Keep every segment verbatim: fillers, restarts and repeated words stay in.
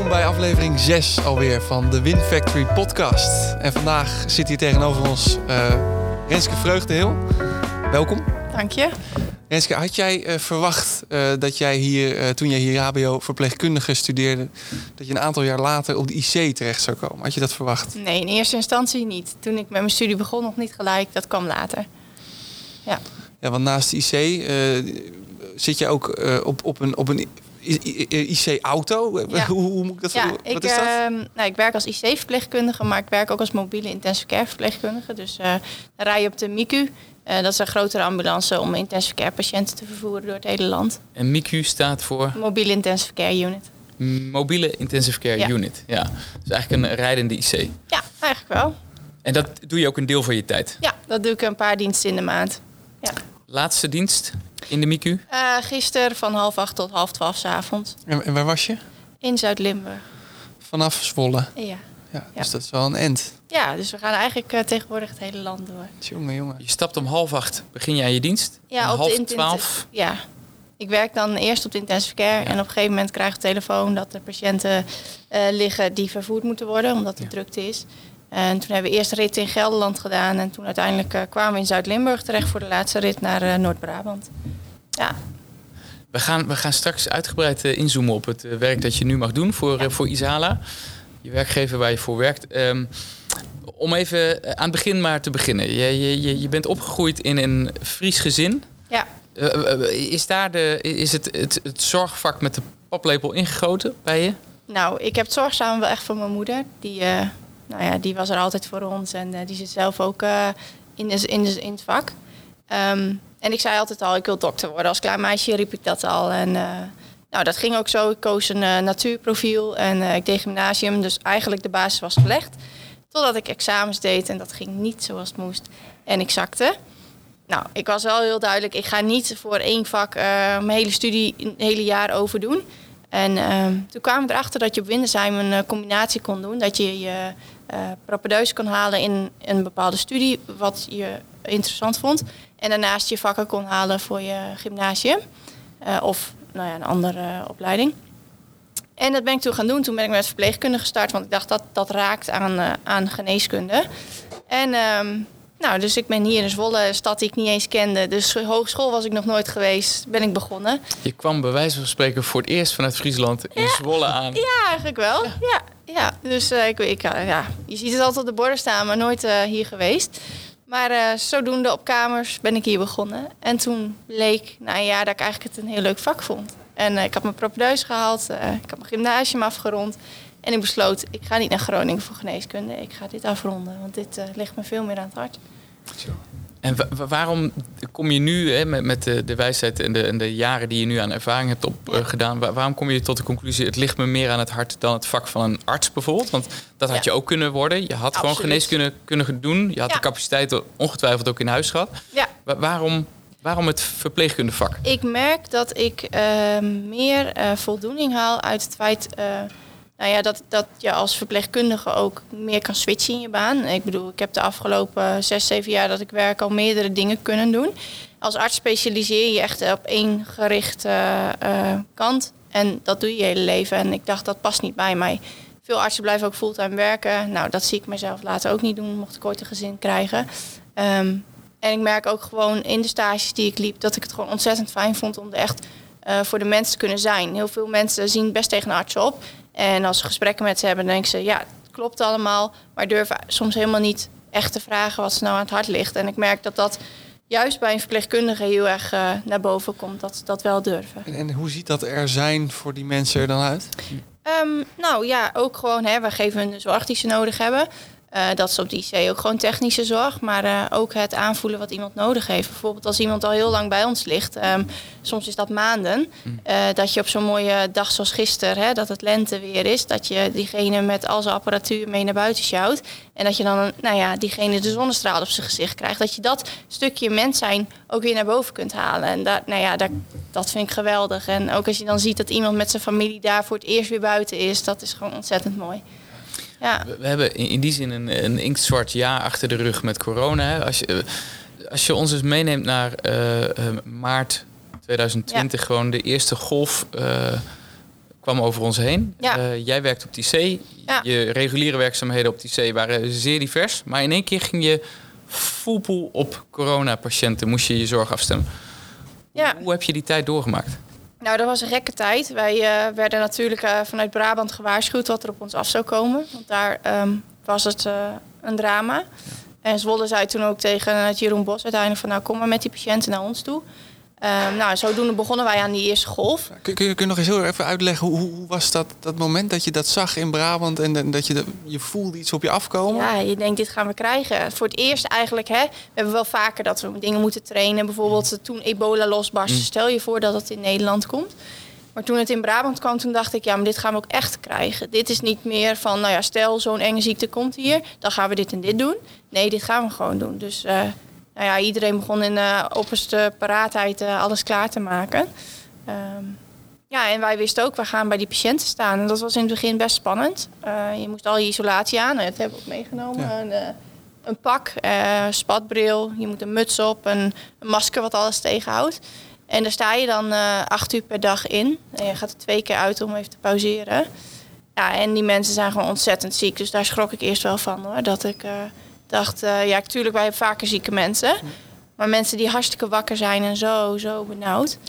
Welkom bij aflevering zes alweer van de Win Factory podcast. En vandaag zit hier tegenover ons uh, Renske Vreugdeheel. Welkom. Dank je. Renske, had jij uh, verwacht uh, dat jij hier, uh, toen jij hier H B O verpleegkundige studeerde, dat je een aantal jaar later op de I C terecht zou komen? Had je dat verwacht? Nee, in eerste instantie niet. Toen ik met mijn studie begon nog niet gelijk, dat kwam later. Ja. Ja, want naast de I C uh, zit je ook uh, op, op een, op een I C-auto. Ja. Hoe, hoe moet ik dat? Ja, Wat ik, is dat? Uh, nou, ik werk als I C-verpleegkundige, maar ik werk ook als mobiele intensive care verpleegkundige. Dus uh, dan rij je op de M I C U. Uh, dat is een grotere ambulance om intensive care patiënten te vervoeren door het hele land. En M I C U staat voor? Mobiele intensive care unit. Mobiele intensive care ja. unit. Ja. Dus eigenlijk een rijdende I C. Ja, eigenlijk wel. En dat doe je ook een deel van je tijd? Ja, dat doe ik een paar diensten in de maand. Ja. Laatste dienst in de M I C U? Uh, gisteren van half acht tot half twaalf 's avonds. En, en waar was je? In Zuid-Limburg. Vanaf Zwolle? Ja. Ja, ja. Dus dat is wel een end. Ja, dus we gaan eigenlijk uh, tegenwoordig het hele land door. Jongen, jongen. Je stapt om half acht, begin je aan je dienst? Ja, om op half de twaalf? Ja. Ik werk dan eerst op de intensive care. Ja. En op een gegeven moment krijg ik telefoon dat er patiënten uh, liggen die vervoerd moeten worden, omdat er ja. drukte is. En toen hebben we eerst rit in Gelderland gedaan. En toen uiteindelijk uh, kwamen we in Zuid-Limburg terecht voor de laatste rit naar uh, Noord-Brabant. Ja. We gaan, we gaan straks uitgebreid uh, inzoomen op het uh, werk dat je nu mag doen voor, ja. uh, voor Isala. Je werkgever waar je voor werkt. Um, om even aan het begin maar te beginnen. Je, je, je bent opgegroeid in een Fries gezin. Ja. Uh, uh, is daar de, is het, het, het zorgvak met de paplepel ingegoten bij je? Nou, ik heb het zorg samen wel echt voor mijn moeder. Die, uh, nou ja, die was er altijd voor ons. En uh, die zit zelf ook uh, in, de, in, de, in het vak. Um, en ik zei altijd al, ik wil dokter worden. Als klein meisje riep ik dat al. En uh, nou, dat ging ook zo. Ik koos een uh, natuurprofiel en uh, ik deed gymnasium. Dus eigenlijk de basis was gelegd. Totdat ik examens deed en dat ging niet zoals het moest. En ik zakte. Nou, ik was wel heel duidelijk, ik ga niet voor één vak uh, mijn hele studie een hele jaar over doen. En uh, toen kwamen we erachter dat je op Windesheim een uh, combinatie kon doen. Dat je je uh, propedeuse kon halen in een bepaalde studie, wat je interessant vond. En daarnaast je vakken kon halen voor je gymnasium. Uh, of nou ja, een andere uh, opleiding. En dat ben ik toen gaan doen. Toen ben ik met verpleegkunde gestart, want ik dacht dat dat raakt aan, uh, aan geneeskunde. En um, nou, dus ik ben hier in Zwolle, een stad die ik niet eens kende. Dus hogeschool was ik nog nooit geweest, ben ik begonnen. Je kwam bij wijze van spreken voor het eerst vanuit Friesland in ja. Zwolle aan. Ja, eigenlijk wel. Ja, ja, ja. Dus uh, ik, ik, uh, ja. je ziet het altijd op de borden staan, maar nooit uh, hier geweest. Maar uh, zodoende op kamers ben ik hier begonnen. En toen bleek na een jaar dat ik eigenlijk het een heel leuk vak vond. En uh, ik had mijn propedeuse gehaald, uh, ik had mijn gymnasium afgerond. En ik besloot, ik ga niet naar Groningen voor geneeskunde. Ik ga dit afronden, want dit uh, ligt me veel meer aan het hart. Zo. En wa- waarom kom je nu, hè, met, met de, de wijsheid en de, en de jaren die je nu aan ervaring hebt opgedaan... Uh, wa- waarom kom je tot de conclusie, het ligt me meer aan het hart dan het vak van een arts bijvoorbeeld? Want dat had ja. je ook kunnen worden. Je had Absoluut. gewoon geneeskunde kunnen doen. Je had ja. de capaciteit ongetwijfeld ook in huis gehad. Ja. Wa- waarom... Waarom het verpleegkundevak? Ik merk dat ik uh, meer uh, voldoening haal uit het feit uh, nou ja, dat, dat je als verpleegkundige ook meer kan switchen in je baan. Ik bedoel, ik heb de afgelopen zes, zeven jaar dat ik werk al meerdere dingen kunnen doen. Als arts specialiseer je echt op één gerichte uh, kant. En dat doe je je hele leven. En ik dacht, dat past niet bij mij. Veel artsen blijven ook fulltime werken. Nou, dat zie ik mezelf later ook niet doen, mocht ik ooit een gezin krijgen. Um, En ik merk ook gewoon in de stages die ik liep, dat ik het gewoon ontzettend fijn vond om er echt uh, voor de mensen te kunnen zijn. Heel veel mensen zien best tegen een arts op. En als ze gesprekken met ze hebben, dan denken ze, ja, het klopt allemaal. Maar durven soms helemaal niet echt te vragen wat ze nou aan het hart ligt. En ik merk dat dat juist bij een verpleegkundige heel erg uh, naar boven komt, dat ze dat wel durven. En, en hoe ziet dat er zijn voor die mensen er dan uit? Um, nou ja, ook gewoon, hè, we geven hun de zorg die ze nodig hebben. Uh, dat is op de I C ook gewoon technische zorg, maar uh, ook het aanvoelen wat iemand nodig heeft. Bijvoorbeeld als iemand al heel lang bij ons ligt, um, soms is dat maanden, uh, dat je op zo'n mooie dag zoals gisteren, hè, dat het lente weer is, dat je diegene met al zijn apparatuur mee naar buiten sjouwt en dat je dan, nou ja, diegene de zonnestraal op zijn gezicht krijgt. Dat je dat stukje mens zijn ook weer naar boven kunt halen. En dat, nou ja, dat, dat vind ik geweldig. En ook als je dan ziet dat iemand met zijn familie daar voor het eerst weer buiten is, dat is gewoon ontzettend mooi. Ja. We, we hebben in, in die zin een, een inktzwart jaar achter de rug met corona. Hè. Als je, als je ons eens meeneemt naar uh, uh, maart tweeduizend twintig, ja. gewoon de eerste golf uh, kwam over ons heen. Ja. Uh, jij werkt op het I C. Ja. Je reguliere werkzaamheden op het I C waren zeer divers. Maar in één keer ging je full pool op coronapatiënten. Moest je je zorg afstemmen. Ja. Hoe heb je die tijd doorgemaakt? Nou, dat was een gekke tijd. Wij uh, werden natuurlijk uh, vanuit Brabant gewaarschuwd wat er op ons af zou komen. Want daar um, was het uh, een drama. Ja. En Zwolle zei toen ook tegen uh, Jeroen Bos uiteindelijk van... nou, kom maar met die patiënten naar ons toe. Um, nou, zodoende begonnen wij aan die eerste golf. Kun, kun, je, kun je nog eens heel even uitleggen... hoe, hoe was dat, dat moment dat je dat zag in Brabant... en, en dat je, de, je voelde iets op je afkomen? Ja, je denkt, dit gaan we krijgen. Voor het eerst eigenlijk, hè, we hebben wel vaker dat we dingen moeten trainen. Bijvoorbeeld toen ebola losbarstte. Mm. Stel je voor dat het in Nederland komt. Maar toen het in Brabant kwam, toen dacht ik... ja, maar dit gaan we ook echt krijgen. Dit is niet meer van, nou ja, stel zo'n enge ziekte komt hier... dan gaan we dit en dit doen. Nee, dit gaan we gewoon doen. Dus... Uh, Nou ja, iedereen begon in uh, opperste paraatheid uh, alles klaar te maken. Um, ja, en wij wisten ook, we gaan bij die patiënten staan. En dat was in het begin best spannend. Uh, je moest al je isolatie aan, dat hebben we ook meegenomen. Ja. Een, uh, een pak, uh, spatbril, je moet een muts op, een, een masker wat alles tegenhoudt. En daar sta je dan uh, acht uur per dag in. En je gaat er twee keer uit om even te pauzeren. Ja, en die mensen zijn gewoon ontzettend ziek. Dus daar schrok ik eerst wel van, hoor, dat ik... Uh, dacht, uh, ja, natuurlijk, wij hebben vaker zieke mensen. Maar mensen die hartstikke wakker zijn en zo, zo benauwd.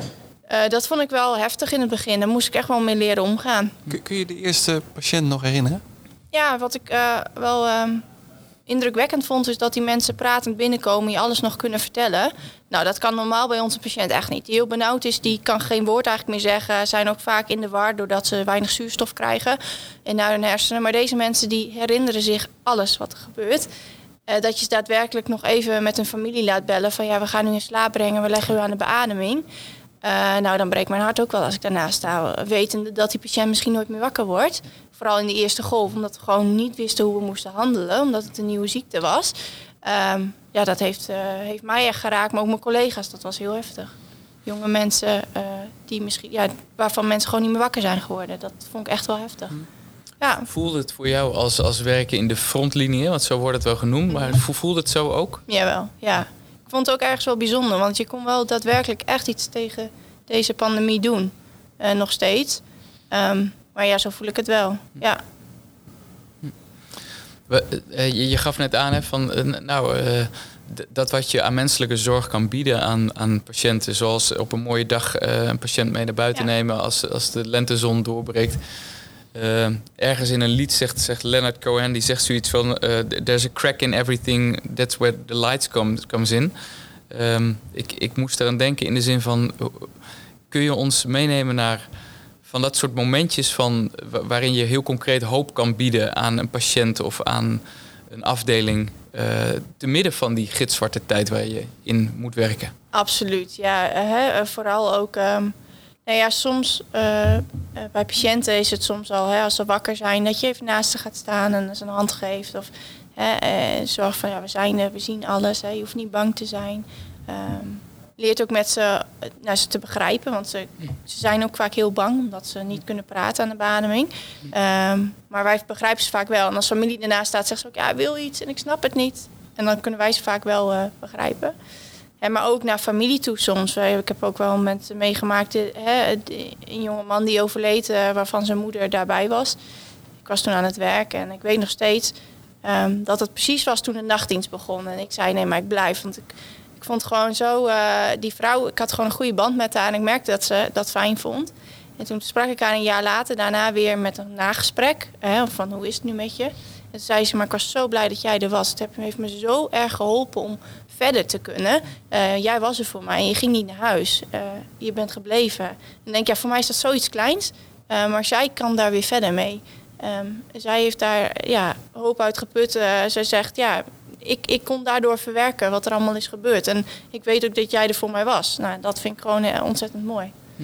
Uh, dat vond ik wel heftig in het begin. Daar moest ik echt wel mee leren omgaan. Kun, kun je de eerste patiënt nog herinneren? Ja, wat ik uh, wel um, indrukwekkend vond... is dat die mensen pratend binnenkomen... je alles nog kunnen vertellen. Nou, dat kan normaal bij onze patiënt echt niet. Die heel benauwd is, die kan geen woord eigenlijk meer zeggen. Zijn ook vaak in de war doordat ze weinig zuurstof krijgen... en naar hun hersenen. Maar deze mensen die herinneren zich alles wat er gebeurt. Uh, dat je ze daadwerkelijk nog even met hun familie laat bellen... van ja, we gaan u in slaap brengen, we leggen u aan de beademing. Uh, nou, dan breekt mijn hart ook wel als ik daarnaast sta... wetende dat die patiënt misschien nooit meer wakker wordt... Vooral in de eerste golf, omdat we gewoon niet wisten hoe we moesten handelen. Omdat het een nieuwe ziekte was. Um, ja, dat heeft, uh, heeft mij echt geraakt, maar ook mijn collega's. Dat was heel heftig. Jonge mensen, uh, die misschien, ja, waarvan mensen gewoon niet meer wakker zijn geworden. Dat vond ik echt wel heftig. Ja. Voelde het voor jou als, als werken in de frontlinie? Want zo wordt het wel genoemd. Maar voelde het zo ook? Jawel, ja. Ik vond het ook ergens wel bijzonder. Want je kon wel daadwerkelijk echt iets tegen deze pandemie doen. Uh, nog steeds. Um, Maar ja, zo voel ik het wel, ja. We, uh, je, je gaf net aan, hè, van, uh, nou, uh, d- dat wat je aan menselijke zorg kan bieden aan, aan patiënten... zoals op een mooie dag uh, een patiënt mee naar buiten ja. nemen... als, als de lentezon doorbreekt. Uh, ergens in een lied zegt, zegt Leonard Cohen, die zegt zoiets van... Uh, there's a crack in everything, that's where the lights come, comes in. Um, ik, ik moest eraan denken in de zin van... Uh, kun je ons meenemen naar... van dat soort momentjes van waarin je heel concreet hoop kan bieden aan een patiënt of aan een afdeling, uh, te midden van die gitzwarte tijd waar je in moet werken. Absoluut, ja. Hè, vooral ook, um, nou ja, soms uh, bij patiënten is het soms al, hè, als ze wakker zijn, dat je even naast ze gaat staan en ze een hand geeft of hè, uh, zorg van, ja, we zijn er, we zien alles, hè, je hoeft niet bang te zijn. Um, Leert ook met ze, nou, ze te begrijpen, want ze, ze zijn ook vaak heel bang... omdat ze niet kunnen praten aan de beademing. Um, maar wij begrijpen ze vaak wel. En als familie ernaast staat, zegt ze ook... ja, hij wil iets en ik snap het niet. En dan kunnen wij ze vaak wel uh, begrijpen. En maar ook naar familie toe soms. Ik heb ook wel mensen meegemaakt... Hè, een jongeman die overleed, uh, waarvan zijn moeder daarbij was. Ik was toen aan het werk en ik weet nog steeds... Um, dat het precies was toen de nachtdienst begon. En ik zei, nee, maar ik blijf, want ik... Ik vond gewoon zo, uh, die vrouw, ik had gewoon een goede band met haar en ik merkte dat ze dat fijn vond. En toen sprak ik haar een jaar later daarna weer met een nagesprek. Hè, van hoe is het nu met je? En toen zei ze, maar ik was zo blij dat jij er was. Het heeft me zo erg geholpen om verder te kunnen. Uh, jij was er voor mij en je ging niet naar huis. Uh, je bent gebleven. En dan denk ik, ja, voor mij is dat zoiets kleins. Uh, maar zij kan daar weer verder mee. Um, zij heeft daar ja, hoop uit geput. Uh, zij zegt, ja... Ik, ik kon daardoor verwerken wat er allemaal is gebeurd. En ik weet ook dat jij er voor mij was. Nou, dat vind ik gewoon ontzettend mooi. Hm.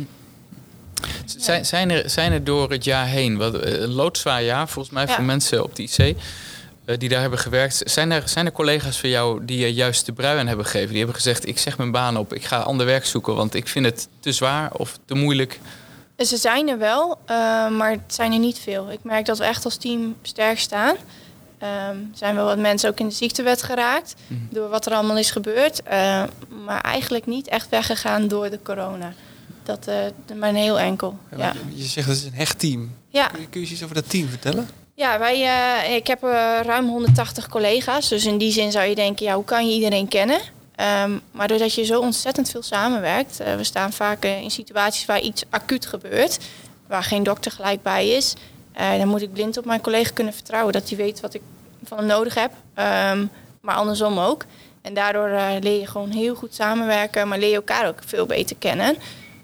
Zijn, zijn, er, zijn er door het jaar heen, wat, een loodzwaar jaar volgens mij ja. voor mensen op de I C... Uh, die daar hebben gewerkt. Zijn er, zijn er collega's van jou die je juist de brui aan hebben gegeven? Die hebben gezegd, ik zeg mijn baan op, ik ga ander werk zoeken... want ik vind het te zwaar of te moeilijk... Ze zijn er wel, uh, maar het zijn er niet veel. Ik merk dat we echt als team sterk staan... Um, zijn wel wat mensen ook in de ziektewet geraakt... Mm-hmm. door wat er allemaal is gebeurd. Uh, maar eigenlijk niet echt weggegaan door de corona. dat, uh, maar een heel enkel. Ja, ja. Je zegt dat is een hecht team. Ja. Kun je, kun je iets over dat team vertellen? Ja, wij, uh, ik heb uh, ruim honderdtachtig collega's. Dus in die zin zou je denken, ja, hoe kan je iedereen kennen? Um, maar doordat je zo ontzettend veel samenwerkt... Uh, we staan vaak uh, in situaties waar iets acuut gebeurt... waar geen dokter gelijk bij is... Uh, dan moet ik blind op mijn collega kunnen vertrouwen... dat hij weet wat ik van hem nodig heb. Um, maar andersom ook. En daardoor uh, leer je gewoon heel goed samenwerken... maar leer je elkaar ook veel beter kennen.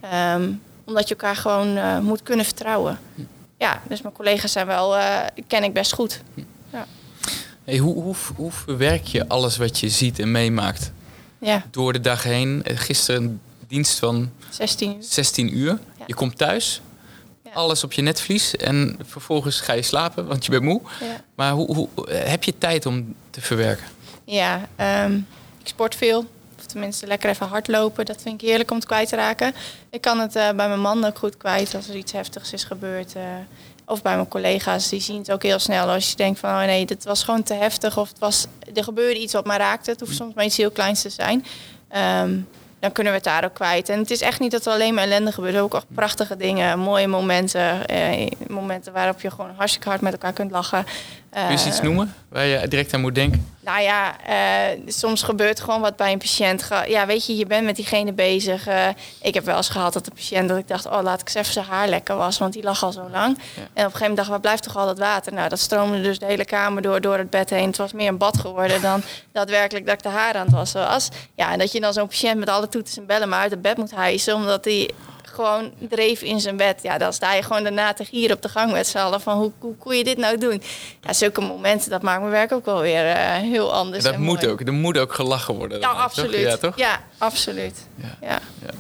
Um, omdat je elkaar gewoon uh, moet kunnen vertrouwen. Ja, dus mijn collega's zijn wel, uh, ken ik best goed. Ja. Hey, hoe, hoe, hoe verwerk je alles wat je ziet en meemaakt? Ja. Door de dag heen. Gisteren een dienst van zestien uur. zestien uur. Ja. Je komt thuis. Ja. Alles op je netvlies. En vervolgens ga je slapen, want je bent moe. Ja. Maar hoe, hoe, heb je tijd om te verwerken? Ja, um, ik sport veel. Of tenminste lekker even hardlopen. Dat vind ik heerlijk om het kwijt te raken. Ik kan het uh, bij mijn man ook goed kwijt als er iets heftigs is gebeurd. Uh, of bij mijn collega's. Die zien het ook heel snel. Als je denkt van oh nee, dit was gewoon te heftig. Of het was, er gebeurde iets wat mij raakte. Het hoeft soms maar iets heel kleins te zijn. Um, dan kunnen we het daar ook kwijt. En het is echt niet dat er alleen maar ellende gebeurt. Er ook echt prachtige dingen, mooie momenten. Eh, momenten waarop je gewoon hartstikke hard met elkaar kunt lachen. Kun je eens iets noemen waar je direct aan moet denken? Nou ja, uh, soms gebeurt gewoon wat bij een patiënt. Ja, weet je, je bent met diegene bezig. Uh, ik heb wel eens gehad dat de patiënt, dat ik dacht... oh, laat ik eens even zijn haar lekken was, want die lag al zo lang. Ja. En op een gegeven moment dacht ik, waar blijft toch al dat water? Nou, dat stroomde dus de hele kamer door, door het bed heen. Het was meer een bad geworden dan daadwerkelijk dat ik de haar aan het wassen was. Ja, en dat je dan zo'n patiënt met alle toeters en bellen maar uit het bed moet hijsen... omdat hij gewoon dreef in zijn bed. Ja, dan sta je gewoon daarna te gieren op de gang met z'n allen van hoe, hoe kon je dit nou doen? Ja, zulke momenten, dat maakt mijn werk ook wel weer uh, heel anders. Ja, dat moet mooi. ook. Er moet ook gelachen worden. Ja, absoluut. Toch? Ja, toch? Ja, absoluut. Ja. Ja. Ja.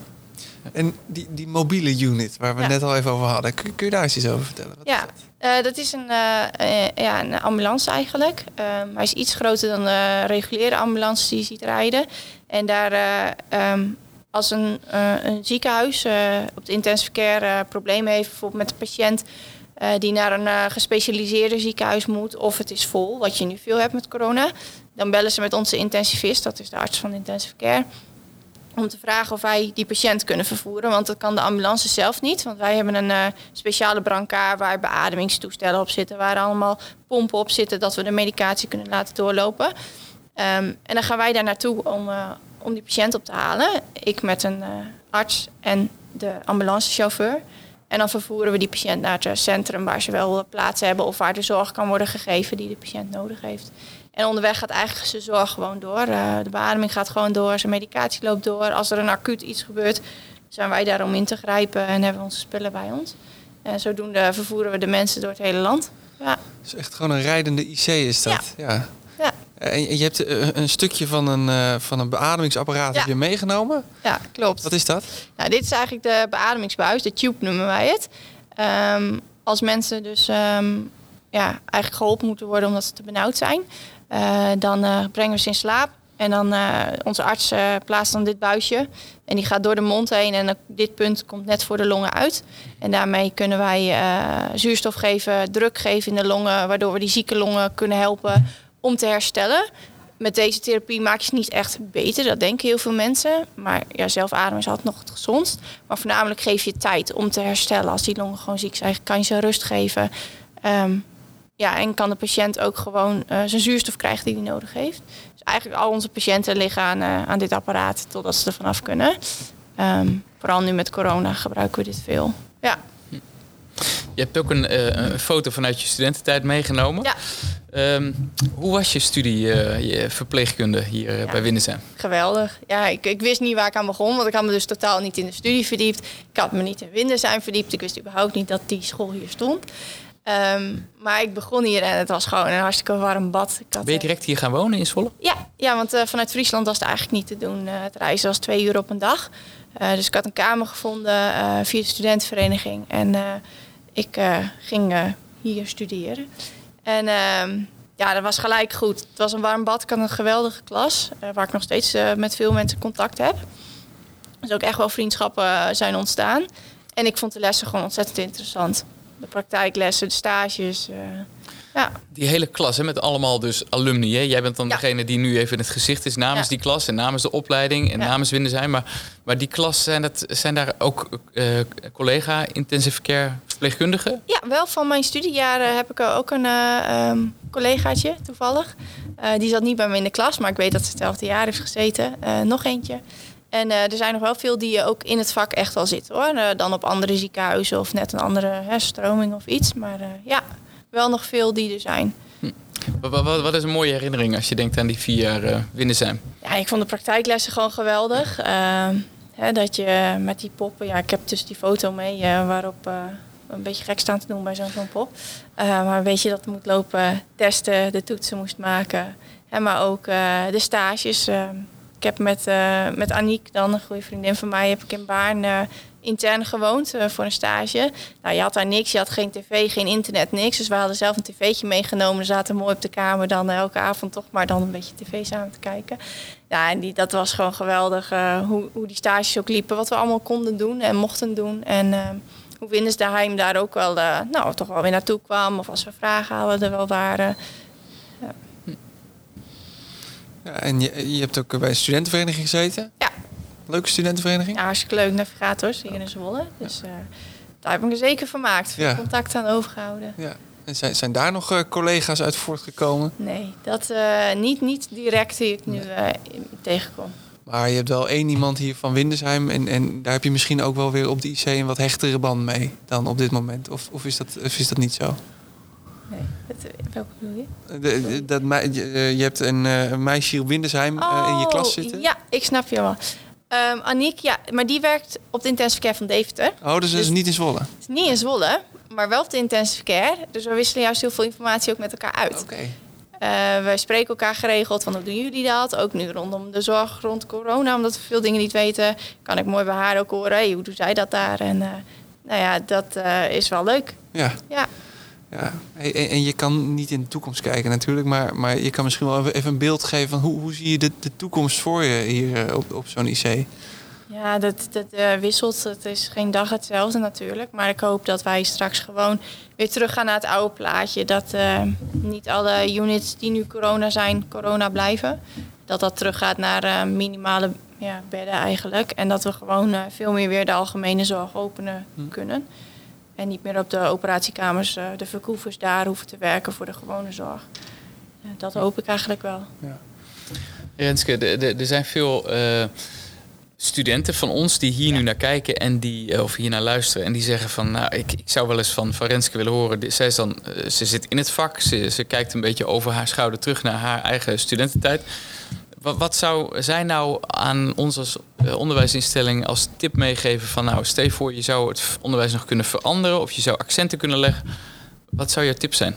En die, die mobiele unit, waar we ja. net al even over hadden, kun, kun je daar eens iets over vertellen? Wat ja, is dat? Uh, dat is een, uh, uh, ja, een ambulance eigenlijk. Uh, hij is iets groter dan de reguliere ambulances die je ziet rijden. En daar... Uh, um, Als een, uh, een ziekenhuis uh, op de intensive care uh, problemen heeft... bijvoorbeeld met een patiënt uh, die naar een uh, gespecialiseerde ziekenhuis moet... of het is vol, wat je nu veel hebt met corona... dan bellen ze met onze intensivist, dat is de arts van de intensive care... om te vragen of wij die patiënt kunnen vervoeren. Want dat kan de ambulance zelf niet. Want wij hebben een uh, speciale brancard waar beademingstoestellen op zitten... waar allemaal pompen op zitten, dat we de medicatie kunnen laten doorlopen. Um, en dan gaan wij daar naartoe om... Uh, om die patiënt op te halen. Ik met een uh, arts en de ambulancechauffeur. En dan vervoeren we die patiënt naar het centrum... waar ze wel plaats hebben of waar de zorg kan worden gegeven... die de patiënt nodig heeft. En onderweg gaat eigenlijk zijn zorg gewoon door. Uh, de beademing gaat gewoon door, zijn medicatie loopt door. Als er een acuut iets gebeurt, zijn wij daar om in te grijpen... en hebben we onze spullen bij ons. En zodoende vervoeren we de mensen door het hele land. Ja. Het is echt gewoon een rijdende I C is dat? Ja. ja. Ja. En je hebt een stukje van een, uh, van een beademingsapparaat ja. heb je meegenomen? Ja, klopt. Wat is dat? Nou, dit is eigenlijk de beademingsbuis, de tube noemen wij het. Um, als mensen dus um, ja, eigenlijk geholpen moeten worden omdat ze te benauwd zijn... Uh, dan uh, brengen we ze in slaap. En dan uh, onze arts uh, plaatst dan dit buisje. En die gaat door de mond heen en uh, dit punt komt net voor de longen uit. En daarmee kunnen wij uh, zuurstof geven, druk geven in de longen... waardoor we die zieke longen kunnen helpen... om te herstellen. Met deze therapie maak je het niet echt beter. Dat denken heel veel mensen. Maar ja, zelf ademen is altijd nog het gezondst. Maar voornamelijk geef je tijd om te herstellen. Als die longen gewoon ziek zijn, kan je ze rust geven. Um, ja, en kan de patiënt ook gewoon uh, zijn zuurstof krijgen die hij nodig heeft. Dus eigenlijk al onze patiënten liggen aan, uh, aan dit apparaat totdat ze er vanaf kunnen. Um, vooral nu met corona gebruiken we dit veel. Ja. Je hebt ook een, uh, een foto vanuit je studententijd meegenomen. Ja. Um, hoe was je studie, uh, je verpleegkunde hier uh, ja. bij Windesheim? Geweldig. Ja, ik, ik wist niet waar ik aan begon, want ik had me dus totaal niet in de studie verdiept. Ik had me niet in Windesheim verdiept. Ik wist überhaupt niet dat die school hier stond. Um, maar ik begon hier en het was gewoon een hartstikke warm bad. Ik had, ben je direct hier gaan wonen in Zwolle? Ja, ja want uh, vanuit Friesland was het eigenlijk niet te doen. Uh, het reizen was twee uur op een dag. Uh, dus ik had een kamer gevonden uh, via de studentenvereniging. En uh, ik uh, ging uh, hier studeren. En uh, ja, dat was gelijk goed. Het was een warm bad. Ik had een geweldige klas. Uh, waar ik nog steeds uh, met veel mensen contact heb. Dus ook echt wel vriendschappen uh, zijn ontstaan. En ik vond de lessen gewoon ontzettend interessant. De praktijklessen, de stages. Uh, Ja. Die hele klas, hè, met allemaal dus alumni. Hè? Jij bent dan Ja. degene die nu even in het gezicht is namens Ja. die klas en namens de opleiding en Ja. namens Windesheim. Maar, maar die klas, zijn, dat, zijn daar ook uh, collega intensive care verpleegkundigen? Ja, wel van mijn studiejaren heb ik ook een uh, um, collegaatje toevallig. Uh, die zat niet bij me in de klas, maar ik weet dat ze hetzelfde jaar heeft gezeten. Uh, nog eentje. En uh, er zijn nog wel veel die ook in het vak echt wel zitten hoor. Uh, dan op andere ziekenhuizen of net een andere hè, stroming of iets. Maar uh, ja, wel nog veel die er zijn. Hm. Wat, wat, wat is een mooie herinnering als je denkt aan die vier jaar uh, Windesheim? Ja, ik vond de praktijklessen gewoon geweldig. Uh, hè, dat je met die poppen... Ja, ik heb dus die foto mee uh, waarop... Uh, een beetje gek staan te doen bij zo'n zo'n pop. Uh, maar weet je dat moet lopen testen, de toetsen moest maken. En maar ook uh, de stages. Uh, ik heb met, uh, met Aniek, dan een goede vriendin van mij, heb ik in Baarn uh, intern gewoond uh, voor een stage. Nou, je had daar niks, je had geen tv, geen internet, niks. Dus we hadden zelf een tv'tje meegenomen. We zaten mooi op de kamer dan uh, elke avond toch maar dan een beetje tv samen te kijken. Ja, en die, dat was gewoon geweldig uh, hoe, hoe die stages ook liepen. Wat we allemaal konden doen en mochten doen. En uh, hoe Windesheim daar ook wel, uh, nou, toch wel weer naartoe kwam. Of als we vragen hadden, er wel waren. Ja. Ja, en je, je hebt ook bij een studentenvereniging gezeten? Ja. Leuke studentenvereniging? Ja, hartstikke leuk. Navigators hier in Zwolle. Dus uh, daar heb ik me zeker vermaakt. Veel ja. contact aan overgehouden. Ja. En zijn, zijn daar nog uh, collega's uit voortgekomen? Nee, dat uh, niet, niet direct die ik nu uh, tegenkom. Maar je hebt wel één iemand hier van Windesheim. En, en daar heb je misschien ook wel weer op de I C een wat hechtere band mee dan op dit moment. Of, of, is, dat, of is dat niet zo? Nee, dat, welke bedoel je? De, de, dat me, je, je hebt een, uh, een meisje hier op Windesheim uh, in je klas zitten. Ja, ik snap je wel. Um, Aniek, ja, maar die werkt op de intensive care van Deventer. Oh, dus dat is niet in Zwolle? Het is niet in Zwolle, maar wel op de intensive care. Dus we wisselen juist heel veel informatie ook met elkaar uit. Oké. Okay. Uh, we spreken elkaar geregeld van hoe doen jullie dat? Ook nu rondom de zorg rond corona, omdat we veel dingen niet weten. Kan ik mooi bij haar ook horen, hey, hoe doen zij dat daar? En uh, nou ja, dat uh, is wel leuk. Ja. Ja. Ja. En, en je kan niet in de toekomst kijken natuurlijk, maar, maar je kan misschien wel even een beeld geven van hoe, hoe zie je de, de toekomst voor je hier op, op zo'n I C? Ja, dat, dat uh, wisselt. Het is geen dag hetzelfde natuurlijk. Maar ik hoop dat wij straks gewoon weer teruggaan naar het oude plaatje. Dat uh, niet alle units die nu corona zijn, corona blijven. Dat dat teruggaat naar uh, minimale ja, bedden eigenlijk. En dat we gewoon uh, veel meer weer de algemene zorg openen hm. kunnen. En niet meer op de operatiekamers, uh, de verkoevers daar hoeven te werken voor de gewone zorg. Uh, dat hoop ik eigenlijk wel. Ja. Renske, er zijn veel... Uh... studenten van ons die hier ja. nu naar kijken en die of hier naar luisteren en die zeggen van, nou, ik, ik zou wel eens van, van Renske willen horen. Zij is dan, uh, ze zit in het vak, ze, ze kijkt een beetje over haar schouder terug naar haar eigen studententijd. Wat, wat zou zij nou aan ons als uh, onderwijsinstelling als tip meegeven van, nou, stel je voor je zou het onderwijs nog kunnen veranderen of je zou accenten kunnen leggen. Wat zou jouw tip zijn?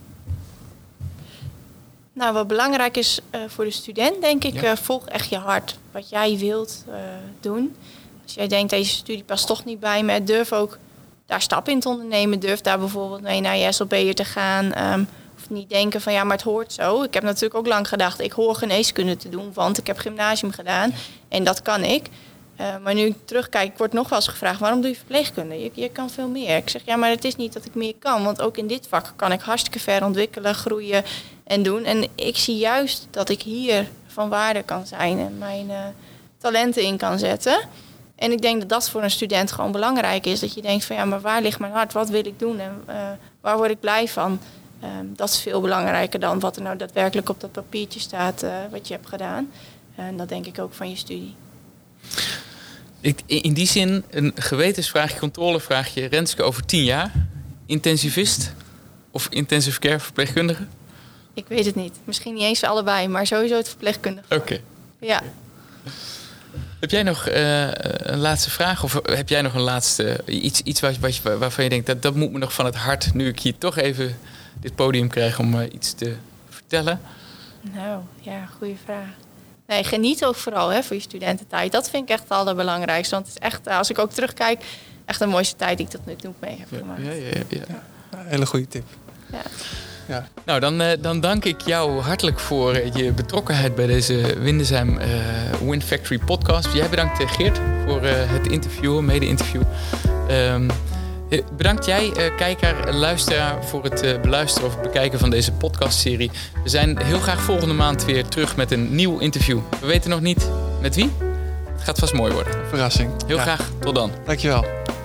Nou, wat belangrijk is uh, voor de student, denk ik, ja. uh, volg echt je hart. Wat jij wilt uh, doen. Als jij denkt, deze studie past toch niet bij me, durf ook daar stappen in te ondernemen. Durf daar bijvoorbeeld mee naar je S L B'er te gaan. Um, of niet denken van, ja, maar het hoort zo. Ik heb natuurlijk ook lang gedacht, ik hoor geneeskunde te doen, want ik heb gymnasium gedaan. En dat kan ik. Uh, maar nu ik terugkijk, ik word nog wel eens gevraagd, waarom doe je verpleegkunde? Je, je kan veel meer. Ik zeg, ja, maar het is niet dat ik meer kan. Want ook in dit vak kan ik hartstikke ver ontwikkelen, groeien en doen. En ik zie juist dat ik hier van waarde kan zijn en mijn uh, talenten in kan zetten. En ik denk dat dat voor een student gewoon belangrijk is. Dat je denkt van, ja, maar waar ligt mijn hart? Wat wil ik doen? En uh, waar word ik blij van? Uh, dat is veel belangrijker dan wat er nou daadwerkelijk op dat papiertje staat, uh, wat je hebt gedaan. Uh, en dat denk ik ook van je studie. Ik, in die zin een gewetensvraagje, controlevraagje. Renske, over tien jaar, intensivist of intensive care verpleegkundige? Ik weet het niet. Misschien niet eens allebei, maar sowieso het verpleegkundige. Oké. Okay. Ja. Okay. Heb jij nog uh, een laatste vraag? Of heb jij nog een laatste iets, iets waar, waar, waarvan je denkt, dat, dat moet me nog van het hart, nu ik hier toch even dit podium krijg om uh, iets te vertellen? Nou, ja, goede vraag. Nee, geniet ook vooral hè, voor je studententijd. Dat vind ik echt het allerbelangrijkste. Want het is echt, als ik ook terugkijk, echt de mooiste tijd die ik tot nu toe mee heb gemaakt. Ja, ja, ja, ja. Ja, hele goede tip. Ja. Ja. Nou, dan, uh, dan dank ik jou hartelijk voor uh, je betrokkenheid bij deze Windesheim uh, Wind Factory podcast. Jij bedankt uh, Geert voor uh, het interview, mede-interview. Um, Bedankt jij, uh, kijker, luisteraar, voor het uh, beluisteren of bekijken van deze podcastserie. We zijn heel graag volgende maand weer terug met een nieuw interview. We weten nog niet met wie. Het gaat vast mooi worden. Verrassing. Heel ja. graag. Tot dan. Dankjewel.